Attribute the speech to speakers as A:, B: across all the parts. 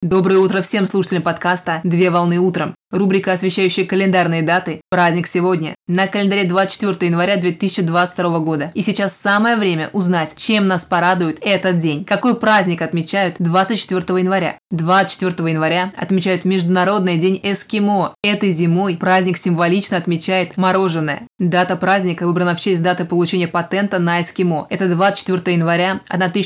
A: Доброе утро всем слушателям подкаста «Две волны утром». Рубрика, освещающая календарные даты. Праздник сегодня. На календаре 24 января 2022 года. И сейчас самое время узнать, чем нас порадует этот день. Какой праздник отмечают 24 января? 24 января отмечают Международный день эскимо. Этой зимой праздник символично отмечает мороженое. Дата праздника выбрана в честь даты получения патента на эскимо. Это 24 января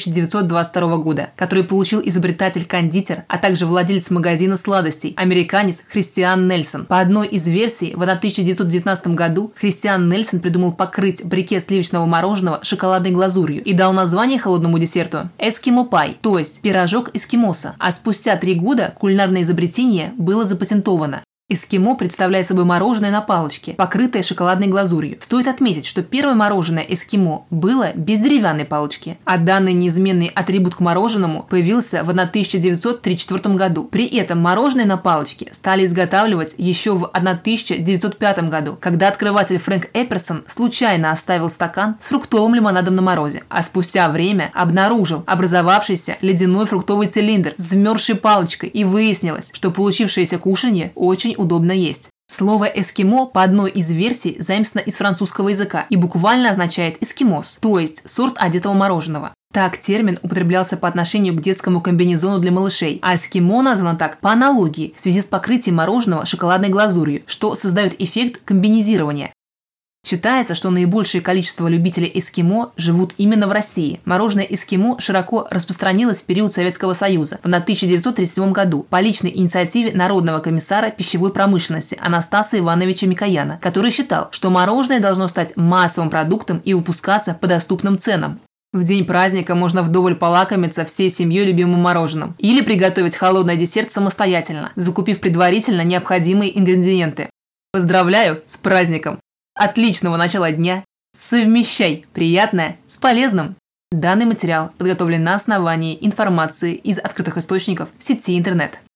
A: 1922 года, который получил изобретатель-кондитер, а также владелец магазина сладостей, американец Христиан Нельсон. По одной из версий, в 1919 году Христиан Нельсон придумал покрыть брикет сливочного мороженого шоколадной глазурью и дал название холодному десерту «Эскимо пай», то есть пирожок эскимоса. А спустя 3 года кулинарное изобретение было запатентовано. Эскимо представляет собой мороженое на палочке, покрытое шоколадной глазурью. Стоит отметить, что первое мороженое эскимо было без деревянной палочки, а данный неизменный атрибут к мороженому появился в 1934 году. При этом мороженое на палочке стали изготавливать еще в 1905 году, когда открыватель Фрэнк Эпперсон случайно оставил стакан с фруктовым лимонадом на морозе, а спустя время обнаружил образовавшийся ледяной фруктовый цилиндр с замерзшей палочкой, и выяснилось, что получившееся кушанье очень удобно есть. Слово «эскимо» по одной из версий заимствовано из французского языка и буквально означает «эскимос», то есть сорт одетого мороженого. Так термин употреблялся по отношению к детскому комбинезону для малышей, а эскимо названо так по аналогии в связи с покрытием мороженого шоколадной глазурью, что создает эффект комбинезирования. Считается, что наибольшее количество любителей эскимо живут именно в России. Мороженое эскимо широко распространилось в период Советского Союза в 1937 году по личной инициативе Народного комиссара пищевой промышленности Анастаса Ивановича Микояна, который считал, что мороженое должно стать массовым продуктом и выпускаться по доступным ценам. В день праздника можно вдоволь полакомиться всей семьей любимым мороженым или приготовить холодный десерт самостоятельно, закупив предварительно необходимые ингредиенты. Поздравляю с праздником! Отличного начала дня! Совмещай приятное с полезным! Данный материал подготовлен на основании информации из открытых источников сети интернет.